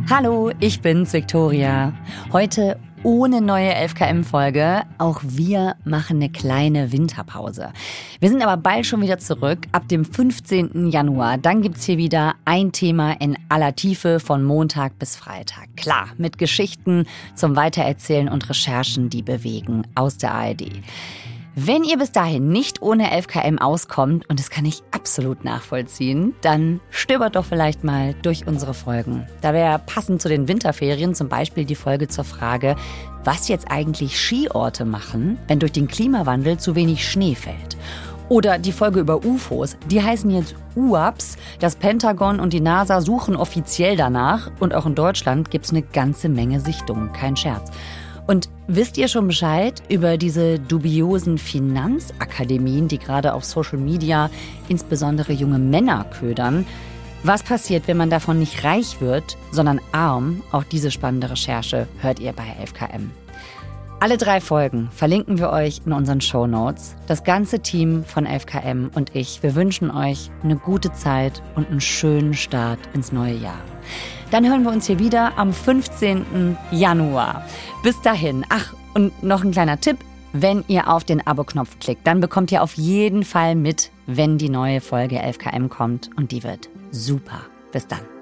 Hallo, ich bin's, Viktoria. Heute ohne neue 11KM-Folge. Auch wir machen eine kleine Winterpause. Wir sind aber bald schon wieder zurück. Ab dem 15. Januar. Dann gibt's hier wieder ein Thema in aller Tiefe von Montag bis Freitag. Klar, mit Geschichten zum Weitererzählen und Recherchen, die bewegen, aus der ARD. Wenn ihr bis dahin nicht ohne 11KM auskommt, und das kann ich absolut nachvollziehen, dann stöbert doch vielleicht mal durch unsere Folgen. Da wäre passend zu den Winterferien zum Beispiel die Folge zur Frage, was jetzt eigentlich Skiorte machen, wenn durch den Klimawandel zu wenig Schnee fällt. Oder die Folge über UFOs, die heißen jetzt UAPs. Das Pentagon und die NASA suchen offiziell danach. Und auch in Deutschland gibt es eine ganze Menge Sichtungen, kein Scherz. Und wisst ihr schon Bescheid über diese dubiosen Finanzakademien, die gerade auf Social Media insbesondere junge Männer ködern? Was passiert, wenn man davon nicht reich wird, sondern arm? Auch diese spannende Recherche hört ihr bei 11KM. Alle 3 Folgen verlinken wir euch in unseren Shownotes. Das ganze Team von 11KM und ich, wir wünschen euch eine gute Zeit und einen schönen Start ins neue Jahr. Dann hören wir uns hier wieder am 15. Januar. Bis dahin. Ach, und noch ein kleiner Tipp. Wenn ihr auf den Abo-Knopf klickt, dann bekommt ihr auf jeden Fall mit, wenn die neue Folge 11KM kommt. Und die wird super. Bis dann.